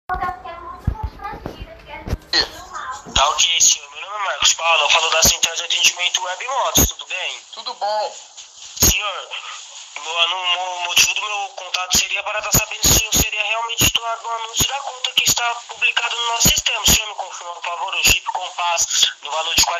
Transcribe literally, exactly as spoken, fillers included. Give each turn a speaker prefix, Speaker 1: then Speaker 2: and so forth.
Speaker 1: Tá ok, senhor. Meu nome é Marcos Paulo, eu falo da Central de Atendimento Web Motos, tudo bem?
Speaker 2: Tudo bom.
Speaker 1: Senhor, o motivo do meu contato seria para estar sabendo se o senhor seria realmente titular do anúncio da conta que está publicado no nosso sistema. O senhor me confirma, por favor, o Jeep Compass no valor de quarenta